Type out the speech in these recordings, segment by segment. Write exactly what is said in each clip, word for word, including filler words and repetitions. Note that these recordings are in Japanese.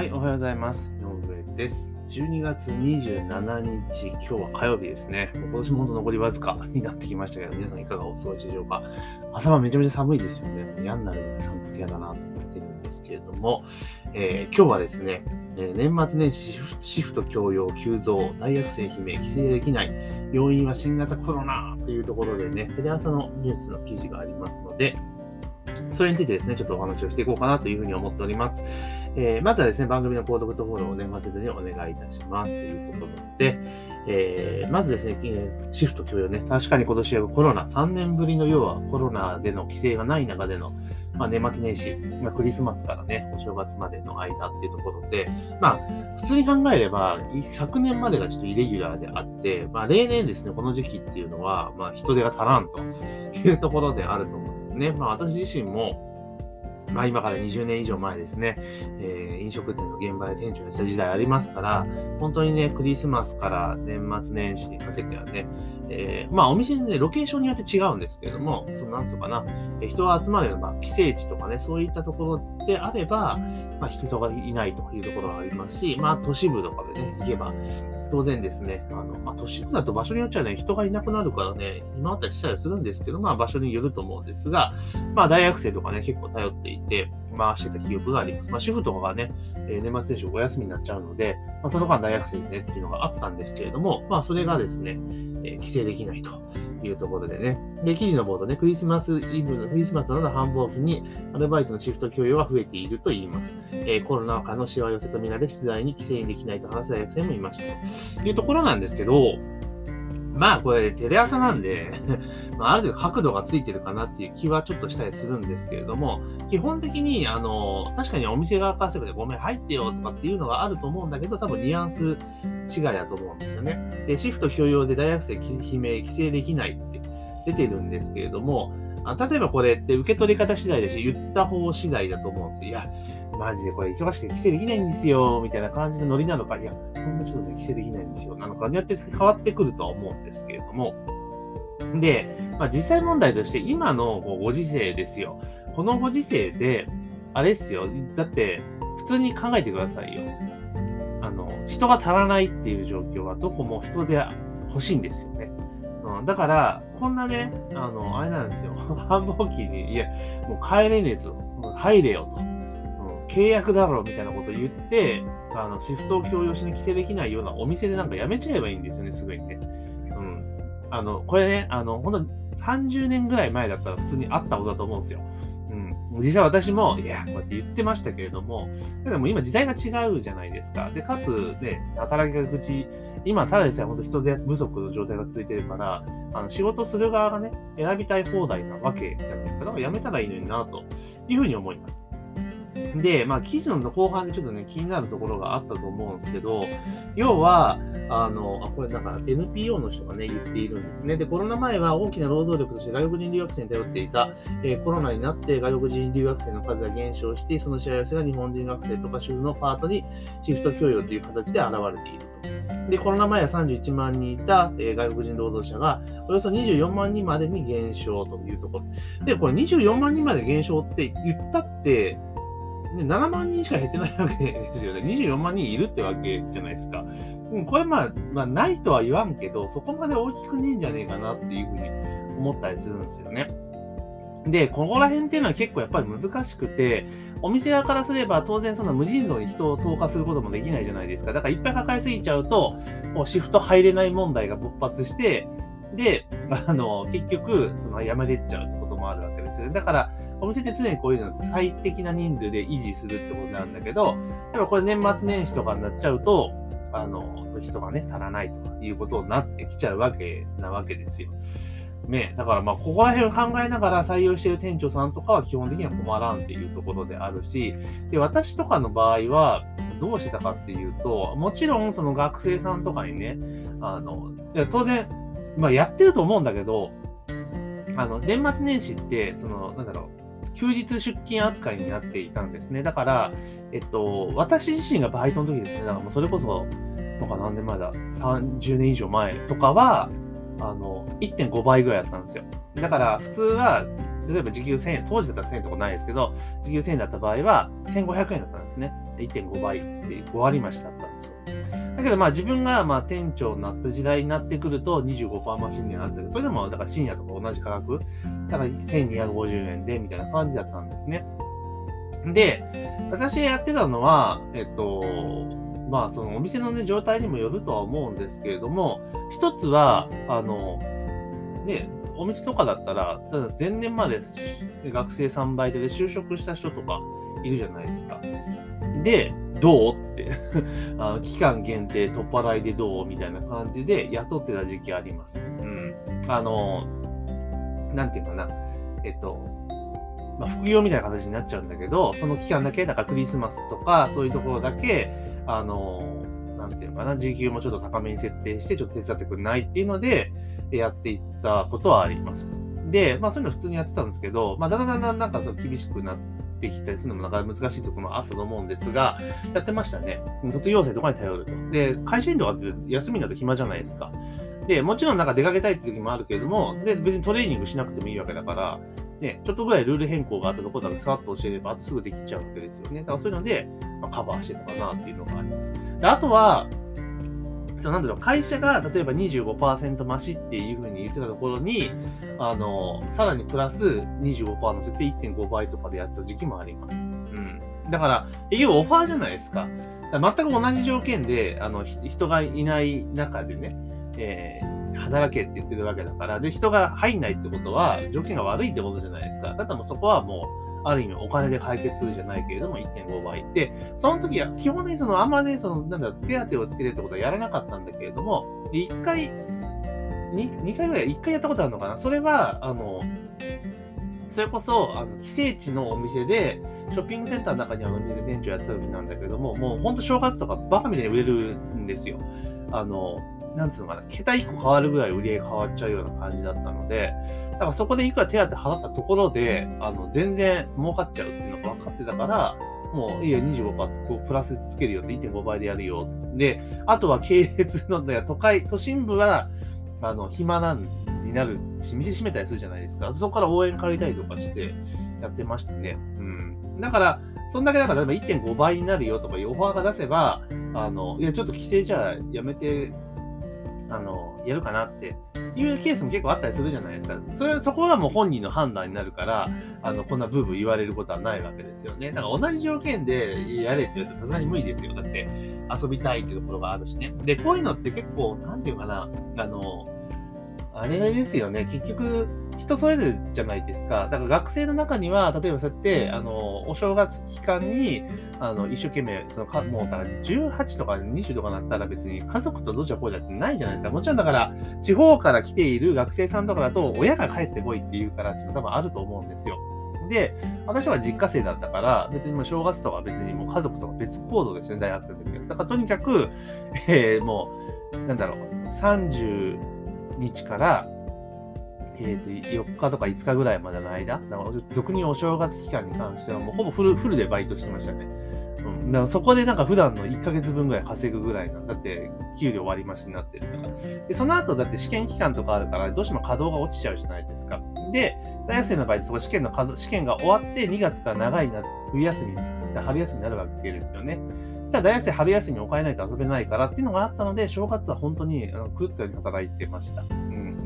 はい、おはようございます。井上です。じゅうにがつにじゅうしちにち、今日は火曜日ですね。もう今年も本当残りわずかになってきましたけど、皆さんいかがお過ごしでしょうか。朝晩めちゃめちゃ寒いですよね。嫌になるぐらい寒くて嫌だなと思ってるんですけれども、えー、今日はですね、えー、年末年始シフト教養急増、大学生悲鳴、帰省できない、要因は新型コロナというところでね、テレ朝のニュースの記事がありますので、それについてですね、ちょっとお話をしていこうかなというふうに思っております。えー、まずはですね、番組の購読とフォローをね、忘れずにお願いいたしますということで、えー、まずですね、シフト教養ね、確かに今年はコロナ、さんねんぶりの要はコロナでの規制がない中での、まあ、年末年始、まあ、クリスマスからね、お正月までの間っていうところで、まあ、普通に考えれば、昨年までがちょっとイレギュラーであって、まあ、例年ですね、この時期っていうのは、まあ、人手が足らんというところであると思うんですね。まあ、私自身も、まあ今からにじゅうねん以上前ですね、えー、飲食店の現場で店長をした時代ありますから、本当にね、クリスマスから年末年始にかけてはね、えー、まあお店でね、ロケーションによって違うんですけれども、そのなんとかな、えー、人が集まるような、まあ、帰省地とかね、そういったところであれば、まあ人がいないというところがありますし、まあ都市部とかでね、行けば、当然ですね、あの、まあ、都市部だと場所によっちゃね、人がいなくなるからね、今あったりしたりするんですけど、まあ場所によると思うんですが、まあ大学生とかね、結構頼っていて、回してた記憶があります。まあ主婦とかがね、えー、年末年始お休みになっちゃうので、まあその間大学生でねっていうのがあったんですけれども、まあそれがですね、えー、規制できないというところでね、で、記事の冒頭ね、クリスマスイブの、クリスマスなどの繁忙期にアルバイトのシフト供与が増えていると言います。えー、コロナ禍のしわ寄せとみられ、取材に規制できないと話す大学生もいましたというところなんですけど、まあこれテレ朝なんで、まあ、ある程度角度がついてるかなっていう気はちょっとしたりするんですけれども、基本的にあの確かにお店側からすればごめん入ってよとかっていうのがあると思うんだけど、多分ニュアンス違いだと思うんですよね。で、シフト許容で大学生悲鳴、規制できないって出てるんですけれども、あ例えばこれって受け取り方次第だし、言った方次第だと思うんですよ。いや、マジでこれ忙しくて規制できないんですよ、みたいな感じのノリなのか、いや、ほんとちょっとね、規制できないんですよ、なのかによって変わってくるとは思うんですけれども。で、まあ実際問題として今のご時世ですよ。このご時世で、あれっすよ。だって、普通に考えてくださいよ。あの、人が足らないっていう状況はどこも人で欲しいんですよね。うん、だから、こんなね、あの、あれなんですよ。繁忙期に、いや、もう帰れねえぞ。入れよと。うん、契約だろみたいなこと言って、あの、シフトを強要しに規制できないようなお店でなんかやめちゃえばいいんですよね、すぐにね。うん。あの、これね、あの、ほんとさんじゅうねんぐらい前だったら普通にあったことだと思うんですよ。うん。実際私も、いや、こうやって言ってましたけれども、でも今時代が違うじゃないですか。で、かつね、働き口、今、ただでさえ本当人手不足の状態が続いてるから、あの、仕事する側がね、選びたい放題なわけじゃないですか。だからやめたらいいのにな、というふうに思います。で、まあ、記事の後半でちょっとね、気になるところがあったと思うんですけど、要は、あの、あ、これなんか エヌピーオー の人がね、言っているんですね。で、コロナ前は大きな労働力として外国人留学生に頼っていた、えー、コロナになって外国人留学生の数が減少して、そのしわ寄せが日本人学生とか主婦のパートにシフト供与という形で現れていると。で、コロナ前はさんじゅういちまんにんいた、えー、外国人労働者がおよそにじゅうよんまんにんまでに減少というところ。で、これにじゅうよんまんにんまで減少って言ったって、ななまんにんしか減ってないわけですよね。にじゅうよんまんにんいるってわけじゃないですか。うん、これまあ、まあ、ないとは言わんけど、そこまで大きくねえんじゃねえかなっていうふうに思ったりするんですよね。で、ここら辺っていうのは結構やっぱり難しくて、お店側からすれば当然その無尽蔵に人を投下することもできないじゃないですか。だからいっぱい抱えすぎちゃうと、もうシフト入れない問題が勃発して、で、あの、結局、その辞めてっちゃうってこともあるわけですよね。だから、お店って常にこういうのって最適な人数で維持するってことなんだけど、やっぱこれ年末年始とかになっちゃうと、あの、人がね、足らないとかいうことになってきちゃうわけなわけですよ。ね、だからまあ、ここら辺を考えながら採用している店長さんとかは基本的には困らんっていうところであるし、で、私とかの場合は、どうしてたかっていうと、もちろんその学生さんとかにね、あの、いや当然、まあやってると思うんだけど、あの、年末年始って、その、なんだろう、休日出勤扱いになっていたんですね。だから、えっと、私自身がバイトの時ですね、だからもうそれこそ、なんか何年前だ、さんじゅうねん以上前とかは、あの、いってんごばいぐらいだったんですよ。だから、普通は、例えば時給せんえん、当時だったらせんえんとかないですけど、時給せんえんだった場合は、せんごひゃくえんだったんですね。 いってんごばいでご割増しだったんですよ。だけどまあ自分がまあ店長になった時代になってくると にじゅうごパーセント 増しにはなってる。それでもだから深夜とか同じ価格、だからせんにひゃくごじゅうえんでみたいな感じだったんですね。で、私がやってたのは、えっと、まあそのお店のね、状態にもよるとは思うんですけれども、一つは、あの、ね、お店とかだったら、ただ前年まで学生さんバイトで就職した人とかいるじゃないですか。で、どうってあの期間限定取っ払いでどうみたいな感じで雇ってた時期あります。うん。あの、なんていうかな。えっと、まあ、副業みたいな形になっちゃうんだけど、その期間だけ、なんかクリスマスとか、そういうところだけ、あの、なんていうのかな、時給もちょっと高めに設定して、ちょっと手伝ってくれないっていうので、やっていったことはあります。で、まあそういうの普通にやってたんですけど、まあだんだんだんだんなんかそう厳しくなってきたりするのもなんか難しいところもあったと思うんですが、やってましたね。卒業生とかに頼ると。で、会社員とかって休みになると暇じゃないですか。で、もちろんなんか出かけたいって時もあるけれども、で、別にトレーニングしなくてもいいわけだから、ね、ちょっとぐらいルール変更があったところだとさらっと教えれば、あとすぐできちゃうわけですよね。だからそういうので、まあ、カバーしてたかなっていうのがあります。で、あとは、そうなんだろう、会社が例えば にじゅうごパーセント 増しっていう風に言ってたところに、あの、さらにプラス にじゅうごパーセント 乗せて いってんごばいとかでやってた時期もあります。うん。だから、結局オファーじゃないですか。だから全く同じ条件で、あの、人がいない中でね、えー働けって言ってるわけだから、で、人が入んないってことは、条件が悪いってことじゃないですか。だったらもうそこはもう、ある意味お金で解決するじゃないけれども、いってんごばい。で、その時は、基本的にその、あんまね、その、なんだろう、手当をつけてってことはやらなかったんだけれども、で、いっかい、に、にかいぐらい、いっかいやったことあるのかな。それは、あの、それこそ、あの、寄生地のお店で、ショッピングセンターの中にあるお店で店長やってた時なんだけども、もうほんと正月とかバカみたいに売れるんですよ。あの、なんつうのかな、桁いっこ変わるぐらい売り上げ変わっちゃうような感じだったので、だからそこでいくら手当払ったところで、あの、全然儲かっちゃうっていうのが分かってたから、もう、いや、にじゅうごパーセント こうプラスつけるよって いってんごばいでやるよ。で、あとは系列の、都会、都心部は、あの、暇なんになるし、店閉めたりするじゃないですか。そこから応援借りたりとかしてやってましたね。うん。だから、そんだけだから、例えば いってんごばいになるよとかいうオファーが出せば、あの、いや、ちょっと規制じゃやめて、あの、やるかなっていうケースも結構あったりするじゃないですか。それは、そこはもう本人の判断になるから、あの、こんなブーブー言われることはないわけですよね。だから同じ条件でやれって言うとさすがに無理ですよ。だって、遊びたいっていうところがあるしね。で、こういうのって結構、なんていうかな、あの、あれですよね。結局、人それぞれじゃないですか。だから学生の中には、例えばそうやって、あの、お正月期間に、あの、一生懸命、そのか、もう、だからじゅうはちとかにじゅうとかなったら別に家族とどうじゃこうじゃってないじゃないですか。もちろんだから、地方から来ている学生さんとかだと、親が帰ってこいって言うからっていうの多分あると思うんですよ。で、私は実家生だったから、別にもう正月とか別にもう家族とか別行動ですよね、大学の時は。だからとにかく、えー、もう、なんだろう、さんじゅうにちから、えー、とよっかとかいつかぐらいまでの間、だから俗にお正月期間に関してはもうほぼフルフルでバイトしてましたね。うん、だからそこでなんか普段のいっかげつぶんぐらい稼ぐぐらいなんだって、給料割り増しになってるから。で、その後だって試験期間とかあるから、どうしても稼働が落ちちゃうじゃないですか。で、大学生の場合、そこ試験の稼働試験が終わってにがつから長い夏、冬休み、春休みになるわけですよね。そしたら大学生春休みにお金ないと遊べないからっていうのがあったので、正月は本当にあの狂ったように働いてました。うん、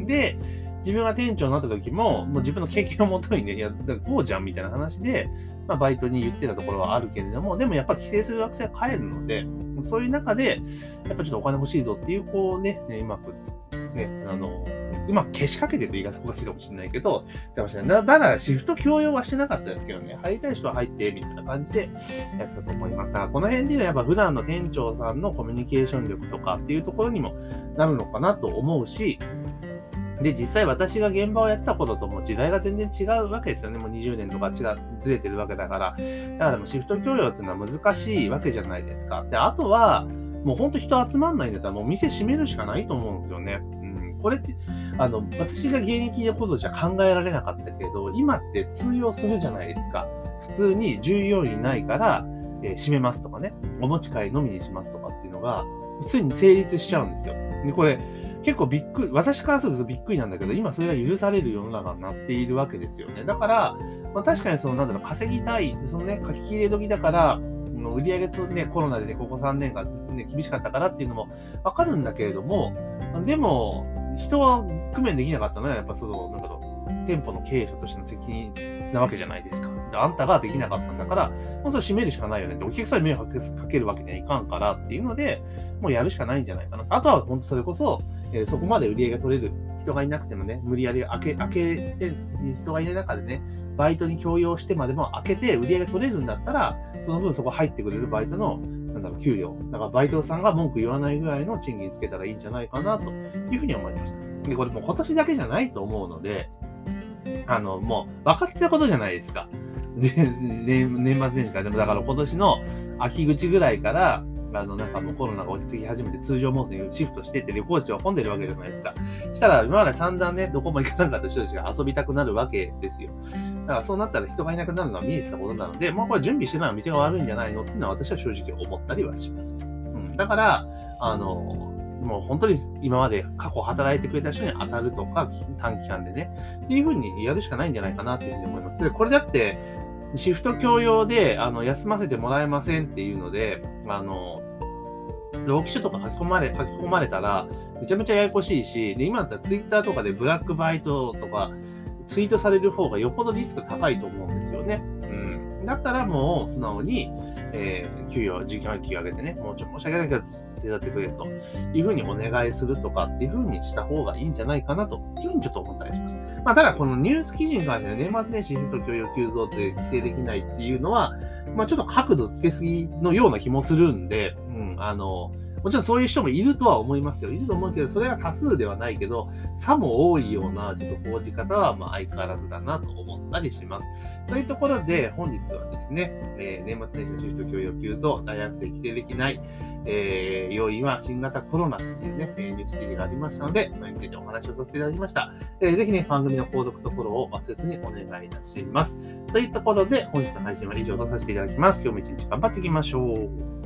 で、自分が店長になった時も、もう自分の経験をもとにね、いや、だからこうじゃんみたいな話で、まあ、バイトに言ってたところはあるけれども、でもやっぱり帰省する学生は帰るので、そういう中で、やっぱちょっとお金欲しいぞっていう、こうね、ねうまく、ね、あの、うまく消しかけてと言い方おかしいかもしれないけど、だからシフト強要はしてなかったですけどね、入りたい人は入って、みたいな感じでやってたと思います。だからこの辺でいうのはやっぱ普段の店長さんのコミュニケーション力とかっていうところにもなるのかなと思うし、で、実際私が現場をやってた頃とも時代が全然違うわけですよね。もうにじゅうねんとか違う、ずれてるわけだから。だからもうシフト協力っていうのは難しいわけじゃないですか。で、あとは、もうほんと人集まんないんだったらもう店閉めるしかないと思うんですよね。うん。これって、あの、私が現役のことじゃ考えられなかったけど、今って通用するじゃないですか。普通に従業員いないから、えー、閉めますとかね。お持ち帰りのみにしますとかっていうのが、普通に成立しちゃうんですよ。で、これ、結構びっくり、私からするとびっくりなんだけど、今それが許される世の中になっているわけですよね。だから、まあ、確かにその、なんだろう、稼ぎたい、そのね、書き入れ時だから、 の売り上げとね、コロナでね、ここさんねんかんずっとね、厳しかったからっていうのもわかるんだけれども、でも、人は工面できなかったのは、やっぱその、なんだろう、店舗の経営者としての責任なわけじゃないですか。であんたができなかったんだから、もうそれ閉めるしかないよねって、お客さんに迷惑かけるわけにはいかんからっていうので、もうやるしかないんじゃないかな。あとは本当それこそ、えーそこまで売り上げが取れる人がいなくてもね、無理やり開け、開けて、人がいない中でね、バイトに強要してまでも開けて売り上げが取れるんだったら、その分そこ入ってくれるバイトの、なんだろう、給料。だからバイトさんが文句言わないぐらいの賃金つけたらいいんじゃないかなというふうに思いました。で、これもう今年だけじゃないと思うので、あの、もう分かってたことじゃないですか。で年末年始から、でもだから今年の秋口ぐらいから、あの、なんかもうコロナが落ち着き始めて通常モードにシフトしてって旅行地は混んでるわけじゃないですか。したら今まで散々ね、どこも行かなかった人たちが遊びたくなるわけですよ。だからそうなったら人がいなくなるのは見えてたことなので、まあこれ準備してないお店が悪いんじゃないのっていうのは私は正直思ったりはします。うん。だから、あの、もう本当に今まで過去働いてくれた人に当たるとか、短期間でね、っていう風にやるしかないんじゃないかなっていうふうに思います。で、これだって、シフト強要で、あの、休ませてもらえませんっていうので、あの、労基署とか書き込まれ、書き込まれたら、めちゃめちゃややこしいし、で、今だったらツイッターとかでブラックバイトとか、ツイートされる方がよっぽどリスク高いと思うんですよね。うん。だったらもう、素直に、えー、給与、時間給与上げてね、もうちょっと申し訳ないけど、手伝ってくれというふうにお願いするとかっていうふうにした方がいいんじゃないかなというふうにちょっと思ったりします。まあ、ただこのニュース記事に関しては年末年始シフト強要急増って規制できないっていうのは、まあちょっと角度つけすぎのような気もするんで、うん、あの、もちろんそういう人もいるとは思いますよ。いると思うけど、それが多数ではないけど、差も多いようなちょっと報じ方はまあ相変わらずだなと思ったりします。というところで、本日はですね、えー、年末年始のシフト強要急増、大学生規制できない、えー、要因は新型コロナというね、ニュース記事がありましたので、それについてお話をさせていただきました。えー、ぜひね、番組の購読とフォローを忘れずにお願いいたします。というところで、本日の配信は以上とさせていただきます。今日も一日頑張っていきましょう。